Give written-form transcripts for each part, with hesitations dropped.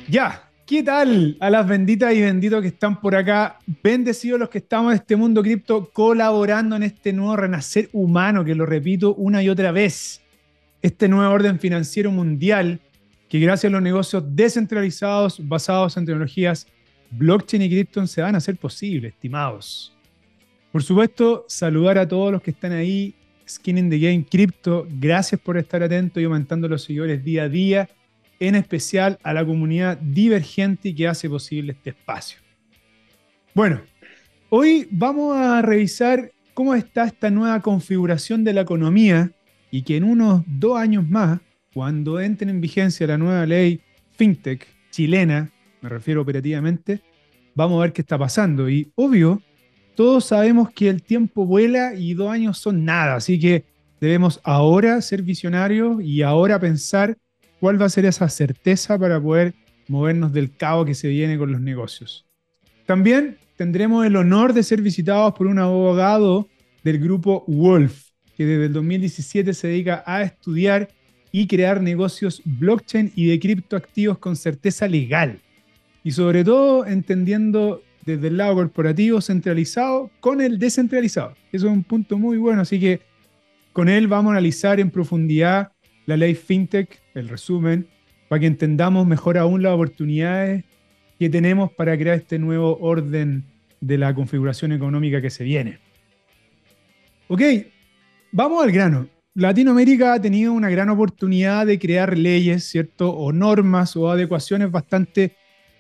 Ya, ¿qué tal a las benditas y benditos que están por acá? Bendecidos los que estamos en este mundo cripto colaborando en este nuevo renacer humano, que lo repito una y otra vez. Este nuevo orden financiero mundial que gracias a los negocios descentralizados basados en tecnologías blockchain y cripto se van a hacer posible, estimados. Por supuesto, saludar a todos los que están ahí, Skin in the Game Crypto. Gracias por estar atentos y aumentando los seguidores día a día, en especial a la comunidad divergente que hace posible este espacio. Bueno, hoy vamos a revisar cómo está esta nueva configuración de la economía y que en unos 2 años más, cuando entre en vigencia la nueva ley FinTech chilena, me refiero operativamente, vamos a ver qué está pasando. Y obvio, todos sabemos que el tiempo vuela y 2 años son nada, así que debemos ahora ser visionarios y ahora pensar cuál va a ser esa certeza para poder movernos del caos que se viene con los negocios. También tendremos el honor de ser visitados por un abogado del grupo Wolf, que desde el 2017 se dedica a estudiar y crear negocios blockchain y de criptoactivos con certeza legal. Y sobre todo entendiendo desde el lado corporativo centralizado con el descentralizado. Eso es un punto muy bueno, así que con él vamos a analizar en profundidad la ley FinTech, el resumen, para que entendamos mejor aún las oportunidades que tenemos para crear este nuevo orden de la configuración económica que se viene. Ok, vamos al grano. Latinoamérica ha tenido una gran oportunidad de crear leyes, ¿cierto? O normas o adecuaciones bastante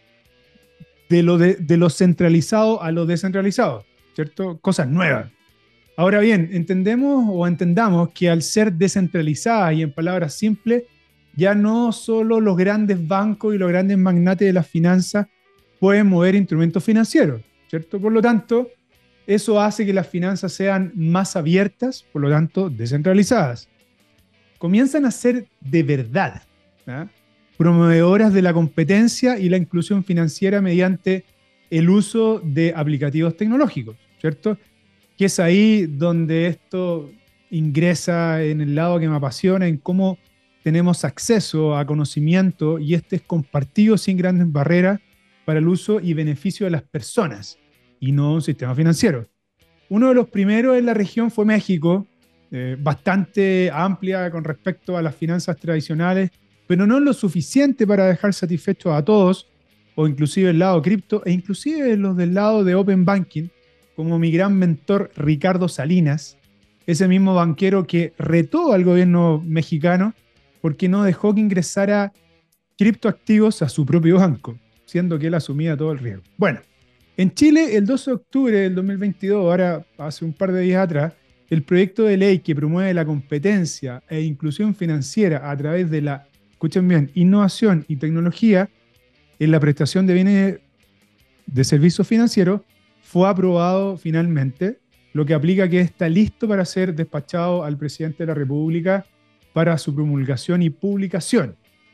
de lo centralizado a lo descentralizado, ¿cierto? Cosas nuevas. Ahora bien, entendemos o entendamos que al ser descentralizada y en palabras simples, ya no solo los grandes bancos y los grandes magnates de las finanzas pueden mover instrumentos financieros, ¿cierto? Por lo tanto, eso hace que las finanzas sean más abiertas, por lo tanto, descentralizadas. Comienzan a ser de verdad, ¿ah? Promovedoras de la competencia y la inclusión financiera mediante el uso de aplicativos tecnológicos, ¿cierto? Que es ahí donde esto ingresa en el lado que me apasiona, en cómo tenemos acceso a conocimiento y este es compartido sin grandes barreras para el uso y beneficio de las personas y no un sistema financiero. Uno de los primeros en la región fue México, bastante amplia con respecto a las finanzas tradicionales, pero no lo suficiente para dejar satisfechos a todos, o inclusive el lado cripto, e inclusive los del lado de Open Banking, como mi gran mentor Ricardo Salinas, ese mismo banquero que retó al gobierno mexicano porque no dejó que ingresara criptoactivos a su propio banco, siendo que él asumía todo el riesgo. Bueno, en Chile, el 12 de octubre del 2022, ahora hace un par de días atrás, el proyecto de ley que promueve la competencia e inclusión financiera a través de la, escuchen bien, innovación y tecnología en la prestación de bienes de servicios financieros fue aprobado finalmente, lo que aplica que está listo para ser despachado al presidente de la República para su promulgación y publicación.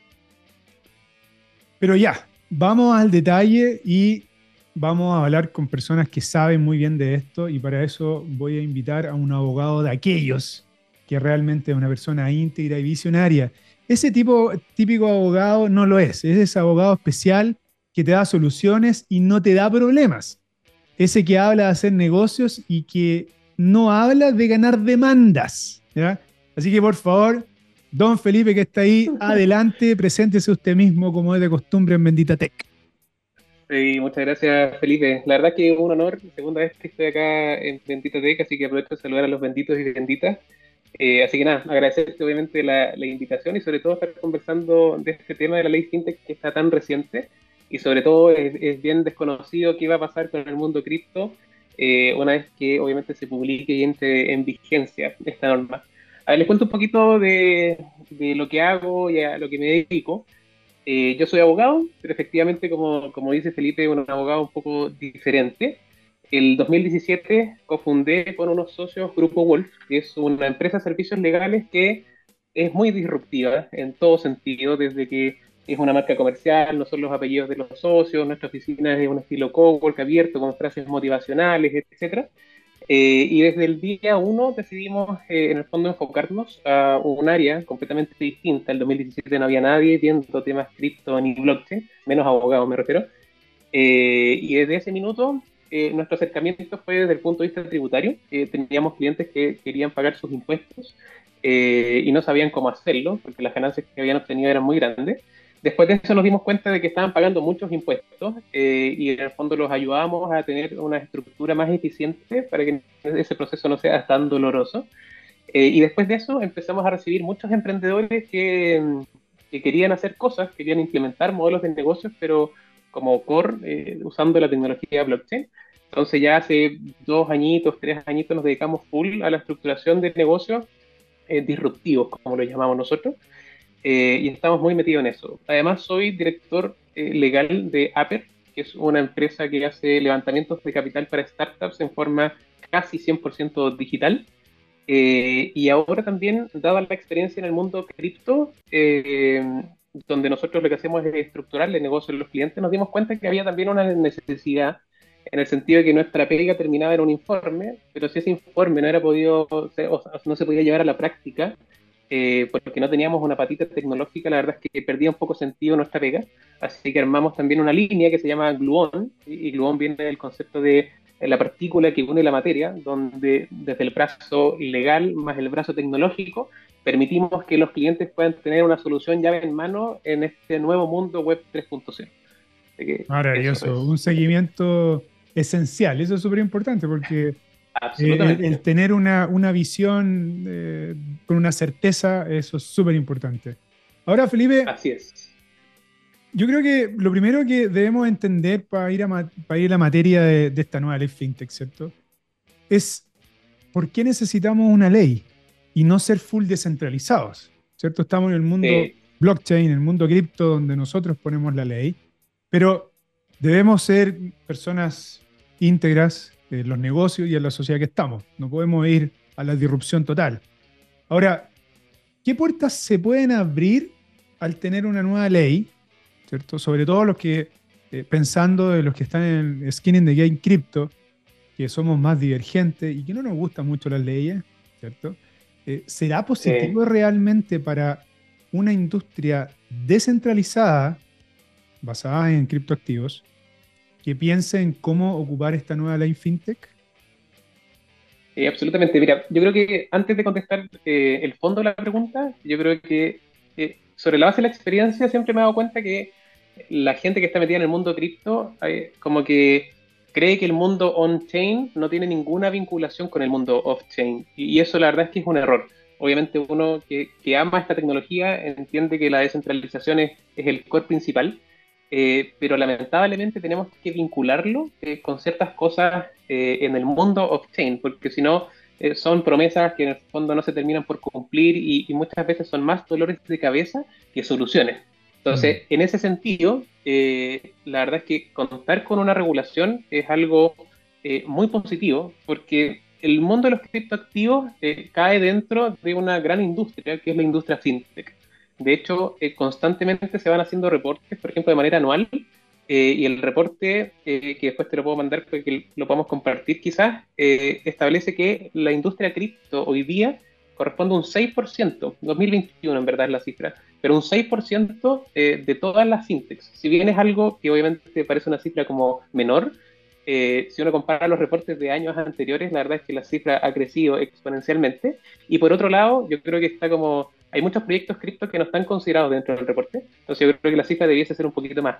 Pero ya, vamos al detalle y vamos a hablar con personas que saben muy bien de esto y para eso voy a invitar a un abogado de aquellos que realmente es una persona íntegra y visionaria. Ese tipo típico abogado no lo es ese abogado especial que te da soluciones y no te da problemas. Ese que habla de hacer negocios y que no habla de ganar demandas, ¿ya? Así que por favor, don Felipe que está ahí, adelante, preséntese usted mismo como es de costumbre en Bendita Tech. Sí, muchas gracias, Felipe. La verdad que es un honor, segunda vez que estoy acá en Bendita Tech, así que aprovecho de saludar a los benditos y benditas. Así que nada, agradecerte obviamente la invitación y sobre todo estar conversando de este tema de la ley FinTech que está tan reciente y sobre todo es bien desconocido qué va a pasar con el mundo cripto una vez que obviamente se publique y entre en vigencia esta norma. A ver, les cuento un poquito de lo que hago y a lo que me dedico. Yo soy abogado, pero efectivamente, como dice Felipe, un abogado un poco diferente. El 2017 cofundé con unos socios Grupo Wolf, que es una empresa de servicios legales que es muy disruptiva en todo sentido, desde que es una marca comercial, no son los apellidos de los socios, nuestra oficina es de un estilo cowork abierto con frases motivacionales, etcétera. Y desde el día uno decidimos, en el fondo, enfocarnos a un área completamente distinta. En 2017 no había nadie viendo temas cripto ni blockchain, menos abogados me refiero. Y desde ese minuto, nuestro acercamiento fue desde el punto de vista tributario. Teníamos clientes que querían pagar sus impuestos y no sabían cómo hacerlo, porque las ganancias que habían obtenido eran muy grandes. Después de eso nos dimos cuenta de que estaban pagando muchos impuestos y en el fondo los ayudábamos a tener una estructura más eficiente para que ese proceso no sea tan doloroso. Y después de eso empezamos a recibir muchos emprendedores que querían hacer cosas, querían implementar modelos de negocios, pero como core, usando la tecnología blockchain. Entonces ya hace 2 añitos, 3 añitos nos dedicamos full a la estructuración de negocios disruptivos, como lo llamamos nosotros, y estamos muy metidos en eso. Además, soy director legal de Aper, que es una empresa que hace levantamientos de capital para startups en forma casi 100% digital. Y ahora también, dada la experiencia en el mundo cripto, donde nosotros lo que hacemos es estructurar el negocio de los clientes, nos dimos cuenta que había también una necesidad en el sentido de que nuestra pega terminaba en un informe, pero si ese informe no era podido, o sea, no se podía llevar a la práctica, porque no teníamos una patita tecnológica, la verdad es que perdía un poco sentido nuestra pega, así que armamos también una línea que se llama Gluon, y Gluon viene del concepto de la partícula que une la materia, donde desde el brazo legal más el brazo tecnológico permitimos que los clientes puedan tener una solución llave en mano en este nuevo mundo web 3.0. Así que eso Maravilloso, un es, seguimiento esencial, eso es súper importante porque el absolutamente. tener una visión con una certeza, eso es súper importante. Ahora, Felipe, Así es. yo creo que lo primero que debemos entender para ir para ir a la materia de esta nueva ley FinTech, ¿cierto? Es por qué necesitamos una ley y no ser full descentralizados, ¿cierto? Estamos en el mundo Eh, blockchain, en el mundo cripto, donde nosotros ponemos la ley, pero debemos ser personas íntegras en los negocios y en la sociedad que estamos. No podemos ir a la disrupción total. Ahora, ¿qué puertas se pueden abrir al tener una nueva ley? ¿Cierto? Sobre todo los que, pensando de los que están en el skin in the game cripto, que somos más divergentes y que no nos gustan mucho las leyes, ¿cierto? ¿Será eh, positivo realmente para una industria descentralizada, basada en criptoactivos, que piense en cómo ocupar esta nueva ley fintech? Absolutamente. Mira, yo creo que antes de contestar el fondo de la pregunta, yo creo que sobre la base de la experiencia siempre me he dado cuenta que la gente que está metida en el mundo cripto como que cree que el mundo on-chain no tiene ninguna vinculación con el mundo off-chain. Y eso la verdad es que es un error. Obviamente uno que ama esta tecnología entiende que la descentralización es el core principal, pero lamentablemente tenemos que vincularlo con ciertas cosas en el mundo off-chain, porque si no, son promesas que en el fondo no se terminan por cumplir y muchas veces son más dolores de cabeza que soluciones. Mm. Entonces, en ese sentido, la verdad es que contar con una regulación es algo muy positivo, porque el mundo de los criptoactivos cae dentro de una gran industria, que es la industria fintech. De hecho, constantemente se van haciendo reportes, por ejemplo, de manera anual, y el reporte, que después te lo puedo mandar para que lo podamos compartir quizás, establece que la industria cripto hoy día corresponde a un 6%, 2021 en verdad es la cifra, pero un 6% de todas las fintechs. Si bien es algo que obviamente parece una cifra como menor, si uno compara los reportes de años anteriores, la verdad es que la cifra ha crecido exponencialmente. Y por otro lado, yo creo que está como, hay muchos proyectos cripto que no están considerados dentro del reporte, entonces yo creo que la cifra debiese ser un poquito más.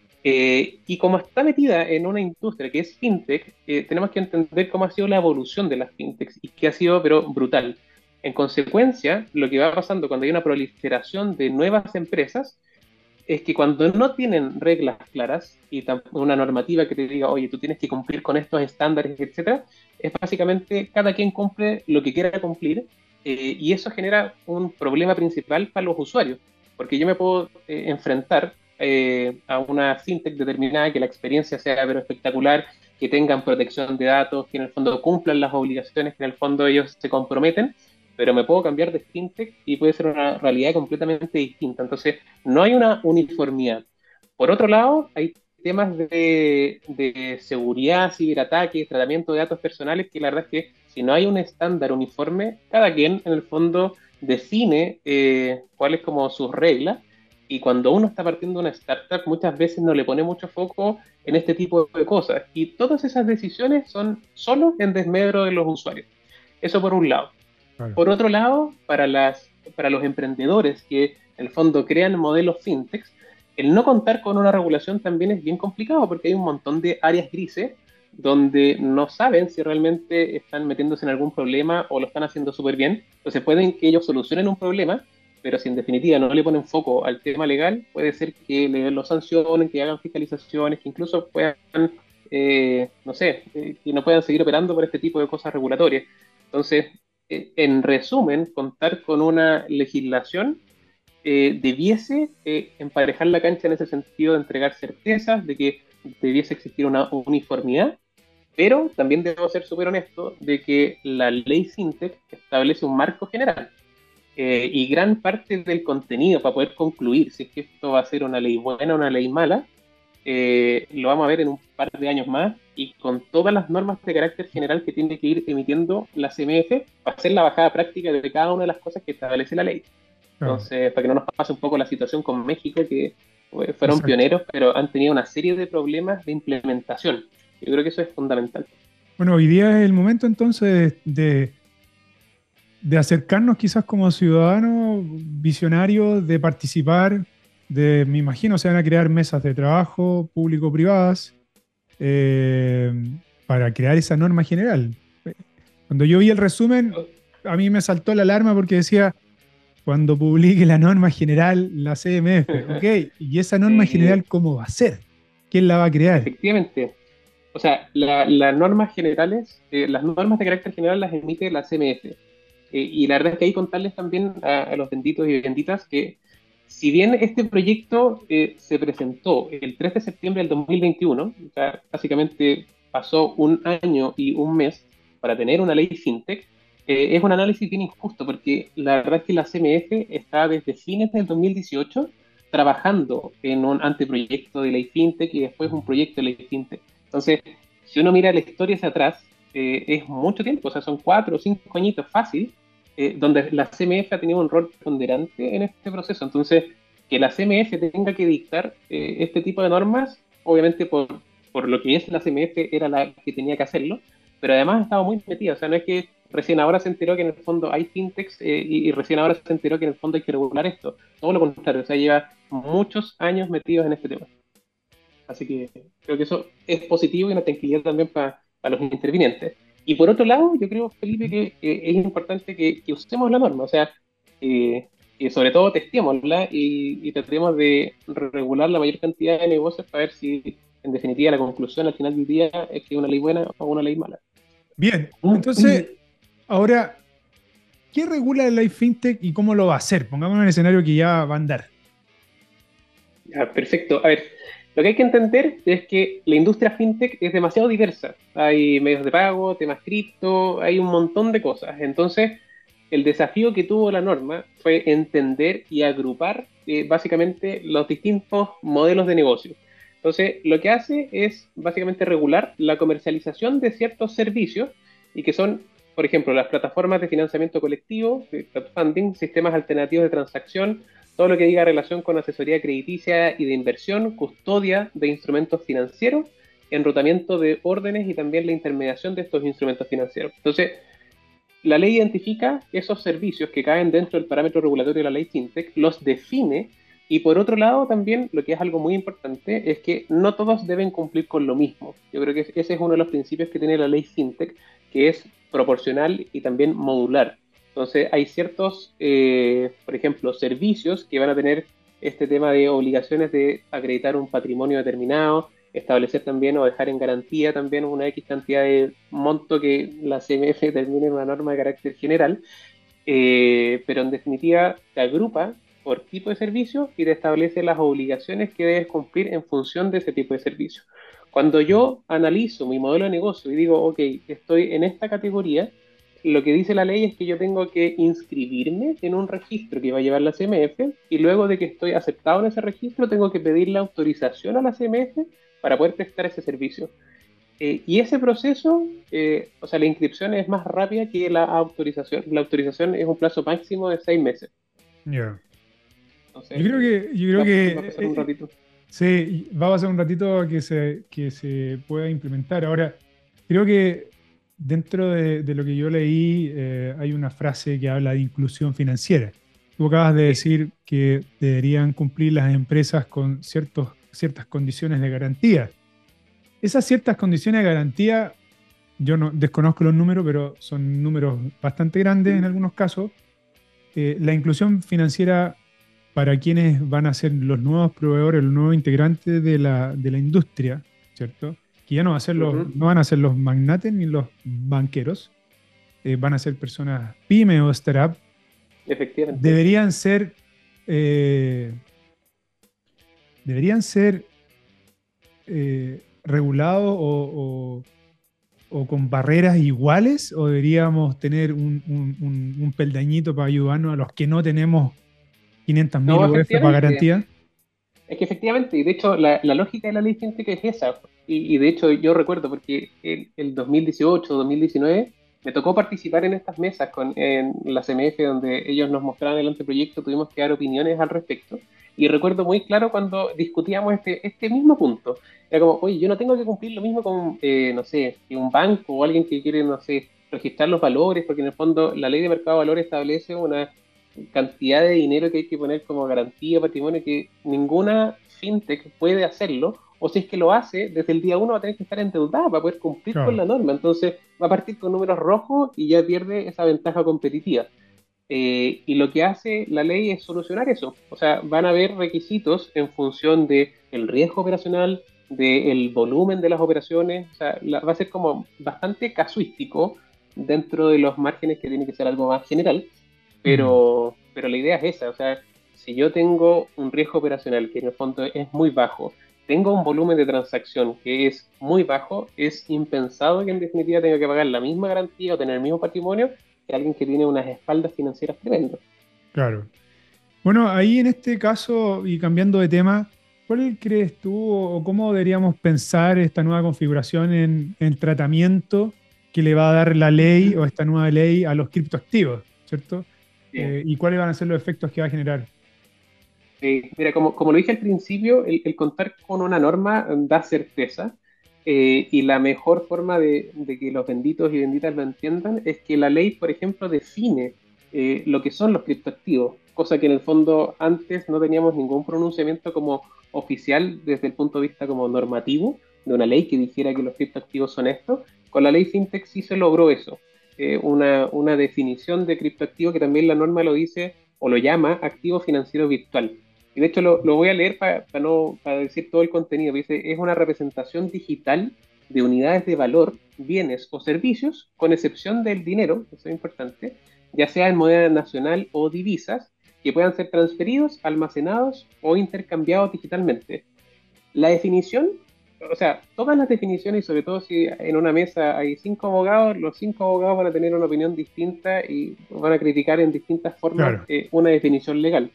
Y como está metida en una industria que es fintech, tenemos que entender cómo ha sido la evolución de las fintechs y que ha sido, pero brutal. En consecuencia, lo que va pasando cuando hay una proliferación de nuevas empresas es que cuando no tienen reglas claras y una normativa que te diga, oye, tú tienes que cumplir con estos estándares, etcétera, es básicamente cada quien cumple lo que quiera cumplir, y eso genera un problema principal para los usuarios, porque yo me puedo enfrentar a una fintech determinada, que la experiencia sea pero espectacular, que tengan protección de datos, que en el fondo cumplan las obligaciones que en el fondo ellos se comprometen, pero me puedo cambiar de fintech y puede ser una realidad completamente distinta. Entonces, no hay una uniformidad. Por otro lado, hay temas de seguridad, ciberataques, tratamiento de datos personales, que la verdad es que si no hay un estándar uniforme, cada quien en el fondo define cuáles como sus reglas, y cuando uno está partiendo una startup muchas veces no le pone mucho foco en este tipo de cosas, y todas esas decisiones son solo en desmedro de los usuarios. Eso por un lado. Claro. Por otro lado, para los emprendedores que en el fondo crean modelos fintechs, el no contar con una regulación también es bien complicado porque hay un montón de áreas grises donde no saben si realmente están metiéndose en algún problema o lo están haciendo súper bien. Entonces pueden que ellos solucionen un problema, pero si en definitiva no le ponen foco al tema legal, puede ser que lo sancionen, que hagan fiscalizaciones, que incluso puedan, no sé, que no puedan seguir operando por este tipo de cosas regulatorias. Entonces, en resumen, contar con una legislación debiese emparejar la cancha en ese sentido de entregar certezas, de que debiese existir una uniformidad, pero también debo ser súper honesto de que la ley FinTech establece un marco general y gran parte del contenido para poder concluir si es que esto va a ser una ley buena o una ley mala, lo vamos a ver en un par de años más y con todas las normas de carácter general que tiene que ir emitiendo la CMF para hacer la bajada práctica de cada una de las cosas que establece la ley. Claro, Entonces, para que no nos pase un poco la situación con México, que fueron exacto. pioneros, pero han tenido una serie de problemas de implementación. Yo creo que eso es fundamental. Bueno, hoy día es el momento entonces de acercarnos quizás como ciudadanos visionarios, de participar, me imagino, se van a crear mesas de trabajo público-privadas eh, para crear esa norma general. Cuando yo vi el resumen, a mí me saltó la alarma porque decía, cuando publique la norma general, la CMF, ok, ¿y esa norma general cómo va a ser? ¿Quién la va a crear? Efectivamente. O sea, las normas generales, las normas de carácter general las emite la CMF. Y la verdad es que hay que contarles también a los benditos y benditas que si bien este proyecto se presentó el 3 de septiembre del 2021, o sea, básicamente pasó un año y un mes para tener una ley fintech, es un análisis bien injusto porque la verdad es que la CMF está desde fines del 2018 trabajando en un anteproyecto de ley fintech y después un proyecto de ley fintech. Entonces, si uno mira la historia hacia atrás, es mucho tiempo, o sea, son 4 o 5 añitos fácil, donde la CMF ha tenido un rol ponderante en este proceso. Entonces, que la CMF tenga que dictar este tipo de normas, obviamente por lo que es la CMF era la que tenía que hacerlo, pero además ha estado muy metida, o sea, no es que recién ahora se enteró que en el fondo hay fintechs y recién ahora se enteró que en el fondo hay que regular esto, todo lo contrario, o sea, lleva muchos años metidos en este tema. Así que creo que eso es positivo y una tranquilidad también para los intervinientes. Y por otro lado, yo creo, Felipe, que es importante que usemos la norma, o sea, que sobre todo testémosla y tratemos de regular la mayor cantidad de negocios para ver si, en definitiva, la conclusión al final del día es que es una ley buena o una ley mala. Bien, entonces, ahora, ¿qué regula la ley FinTech y cómo lo va a hacer? Pongámonos en el escenario que ya va a andar. Ya, perfecto. A ver, lo que hay que entender es que la industria fintech es demasiado diversa. Hay medios de pago, temas cripto, hay un montón de cosas. Entonces, el desafío que tuvo la norma fue entender y agrupar básicamente los distintos modelos de negocio. Entonces, lo que hace es básicamente regular la comercialización de ciertos servicios y que son, por ejemplo, las plataformas de financiamiento colectivo, crowdfunding, sistemas alternativos de transacción, todo lo que diga relación con asesoría crediticia y de inversión, custodia de instrumentos financieros, enrutamiento de órdenes y también la intermediación de estos instrumentos financieros. Entonces, la ley identifica esos servicios que caen dentro del parámetro regulatorio de la ley FinTech, los define y por otro lado también lo que es algo muy importante es que no todos deben cumplir con lo mismo. Yo creo que ese es uno de los principios que tiene la ley FinTech, que es proporcional y también modular. Entonces hay ciertos, por ejemplo, servicios que van a tener este tema de obligaciones de acreditar un patrimonio determinado, establecer también o dejar en garantía también una X cantidad de monto que la CMF determine en una norma de carácter general, pero en definitiva te agrupa por tipo de servicio y te establece las obligaciones que debes cumplir en función de ese tipo de servicio. Cuando yo analizo mi modelo de negocio y digo, ok, estoy en esta categoría, lo que dice la ley es que yo tengo que inscribirme en un registro que va a llevar la CMF y luego de que estoy aceptado en ese registro tengo que pedir la autorización a la CMF para poder prestar ese servicio. Y ese proceso, o sea, la inscripción es más rápida que la autorización. La autorización es un plazo máximo de 6 meses. Ya. Entonces, Yo creo que va a pasar un ratito. sí, va a pasar un ratito que se pueda implementar. Ahora, creo que dentro de lo que yo leí hay una frase que habla de inclusión financiera. Tú acabas de Sí, decir que deberían cumplir las empresas con ciertas condiciones de garantía. Esas ciertas condiciones de garantía, yo no desconozco los números, pero son números bastante grandes en algunos casos. La inclusión financiera para quienes van a ser los nuevos proveedores, los nuevos integrantes de la industria, ¿cierto? Que ya no, ujú, no van a ser los magnates ni los banqueros, van a ser personas pyme o startup, efectivamente. deberían ser, eh, deberían ser regulados o con barreras iguales, o deberíamos tener un peldañito para ayudarnos a los que no tenemos 500.000 No, UF para efectivamente. garantía. Es que efectivamente, y de hecho la lógica de la ley fintech es esa. Y de hecho yo recuerdo porque el 2018, 2019 me tocó participar en estas mesas en la CMF donde ellos nos mostraban el anteproyecto, tuvimos que dar opiniones al respecto. Y recuerdo muy claro cuando discutíamos este mismo punto. Era como, oye, yo no tengo que cumplir lo mismo con, no sé, que un banco o alguien que quiere, no sé, registrar los valores, porque en el fondo la ley de mercado de valores establece una cantidad de dinero que hay que poner como garantía de patrimonio que ninguna fintech puede hacerlo, o si es que lo hace, desde el día uno va a tener que estar endeudada para poder cumplir con Claro, la norma. Entonces va a partir con números rojos y ya pierde esa ventaja competitiva. Y lo que hace la ley es solucionar eso. O sea, van a haber requisitos en función del riesgo operacional, del volumen de las operaciones. O sea, va a ser como bastante casuístico dentro de los márgenes que tiene que ser algo más general. mm, Pero la idea es esa. O sea, si yo tengo un riesgo operacional que en el fondo es muy bajo, tengo un volumen de transacción que es muy bajo, es impensado que en definitiva tenga que pagar la misma garantía o tener el mismo patrimonio que alguien que tiene unas espaldas financieras tremendas. claro. Bueno, ahí en este caso, y cambiando de tema, ¿cuál crees tú o cómo deberíamos pensar esta nueva configuración en el tratamiento que le va a dar la ley o esta nueva ley a los criptoactivos, ¿cierto? Sí. ¿Y cuáles van a ser los efectos que va a generar? Mira, como lo dije al principio, el contar con una norma da certeza, y la mejor forma de que los benditos y benditas lo entiendan es que la ley, por ejemplo, define lo que son los criptoactivos, cosa que en el fondo antes no teníamos ningún pronunciamiento como oficial desde el punto de vista como normativo de una ley que dijera que los criptoactivos son esto. Con la ley FinTech sí se logró eso, una definición de criptoactivo que también la norma lo dice o lo llama activo financiero virtual. Y de hecho lo voy a leer para decir todo el contenido. Dice, es una representación digital de unidades de valor, bienes o servicios, con excepción del dinero, eso es importante, ya sea en moneda nacional o divisas, que puedan ser transferidos, almacenados o intercambiados digitalmente. La definición, o sea, todas las definiciones, y sobre todo si en una mesa hay 5 abogados, los 5 abogados van a tener una opinión distinta y van a criticar en distintas formas Claro, una definición legal.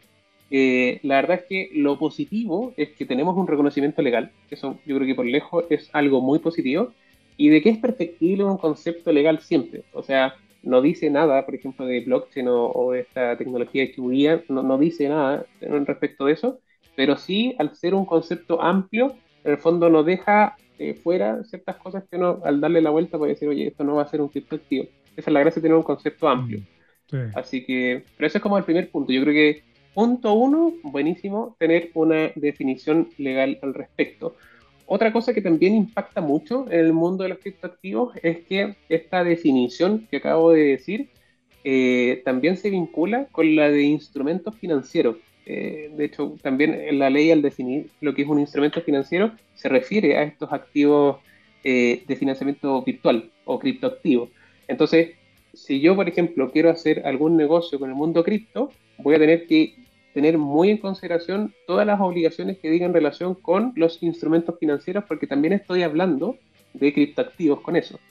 La verdad es que lo positivo es que tenemos un reconocimiento legal, eso yo creo que por lejos es algo muy positivo, y de que es perfectible un concepto legal siempre. O sea, no dice nada, por ejemplo, de blockchain o de esta tecnología distribuida, no dice nada respecto de eso, pero sí, al ser un concepto amplio, en el fondo nos deja fuera ciertas cosas que uno, al darle la vuelta, puede decir, oye, esto no va a ser un criptoactivo. Esa es la gracia de tener un concepto amplio. mm, sí, Así que, pero eso es como el primer punto. Yo creo que punto uno, buenísimo, tener una definición legal al respecto. Otra cosa que también impacta mucho en el mundo de los criptoactivos es que esta definición que acabo de decir también se vincula con la de instrumentos financieros. De hecho, también en la ley al definir lo que es un instrumento financiero se refiere a estos activos de financiamiento virtual o criptoactivos. Entonces, si yo, por ejemplo, quiero hacer algún negocio con el mundo cripto, voy a tener que tener muy en consideración todas las obligaciones que digan relación con los instrumentos financieros, porque también estoy hablando de criptoactivos con eso.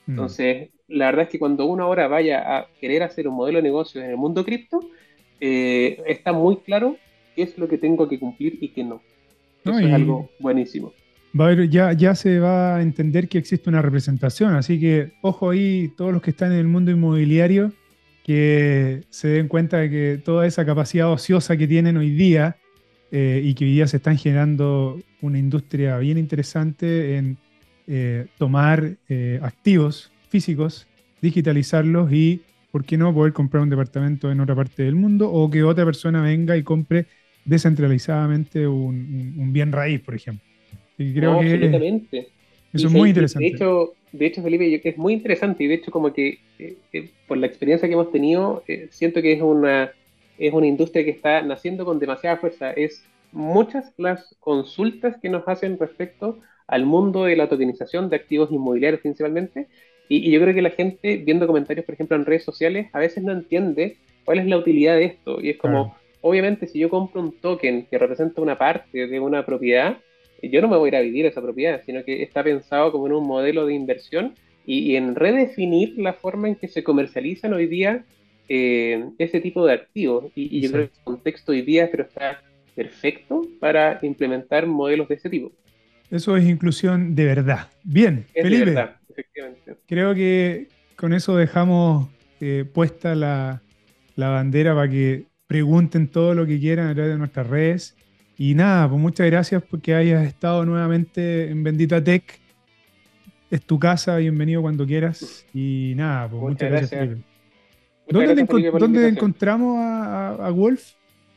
Mm. Entonces, la verdad es que cuando uno ahora vaya a querer hacer un modelo de negocio en el mundo cripto, está muy claro qué es lo que tengo que cumplir y qué no. ¿No? Eso es Y algo buenísimo. va a haber, ya se va a entender que existe una representación, así que ojo ahí, todos los que están en el mundo inmobiliario, que se den cuenta de que toda esa capacidad ociosa que tienen hoy día y que hoy día se están generando una industria bien interesante en tomar activos físicos, digitalizarlos y, ¿por qué no?, poder comprar un departamento en otra parte del mundo o que otra persona venga y compre descentralizadamente un bien raíz, por ejemplo. Y creo No, que absolutamente. eso es muy interesante. De hecho, Felipe, es muy interesante y de hecho como que por la experiencia que hemos tenido, siento que es una industria que está naciendo con demasiada fuerza. Es muchas las consultas que nos hacen respecto al mundo de la tokenización de activos inmobiliarios principalmente. Y yo creo que la gente, viendo comentarios, por ejemplo, en redes sociales, a veces no entiende cuál es la utilidad de esto. Y es Claro. como, obviamente, si yo compro un token que representa una parte de una propiedad, yo no me voy a ir a vivir esa propiedad, sino que está pensado como en un modelo de inversión y en redefinir la forma en que se comercializan hoy día ese tipo de activos. Y yo creo que Exacto. el contexto hoy día pero está perfecto para implementar modelos de ese tipo. Eso es inclusión de verdad. Bien, Es de Felipe, verdad, efectivamente. creo que con eso dejamos puesta la bandera para que pregunten todo lo que quieran a través de nuestras redes. Y nada, pues muchas gracias porque hayas estado nuevamente en Bendita Tech. Es tu casa, bienvenido cuando quieras. Y nada, pues muchas Muchas gracias, gracias. Felipe. Muchas gracias, Felipe, por la ¿Dónde invitación. encontramos a Wolf?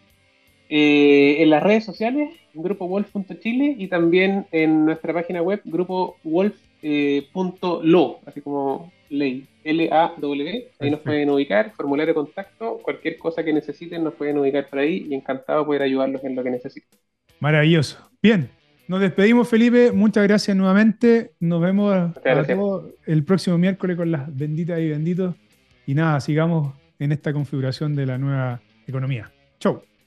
En las redes sociales, Grupo grupowolf.chile y también en nuestra página web, grupowolf.lo, así como ley, LAW. Ahí nos pueden Perfecto. ubicar, formulario de contacto, cualquier cosa que necesiten nos pueden ubicar por ahí y encantado de poder ayudarlos en lo que necesiten. Maravilloso. Bien, nos despedimos, Felipe. Muchas gracias nuevamente. Nos vemos Muchas a gracias. todos el próximo miércoles con las benditas y benditos. Y nada, sigamos en esta configuración de la nueva economía. Chau.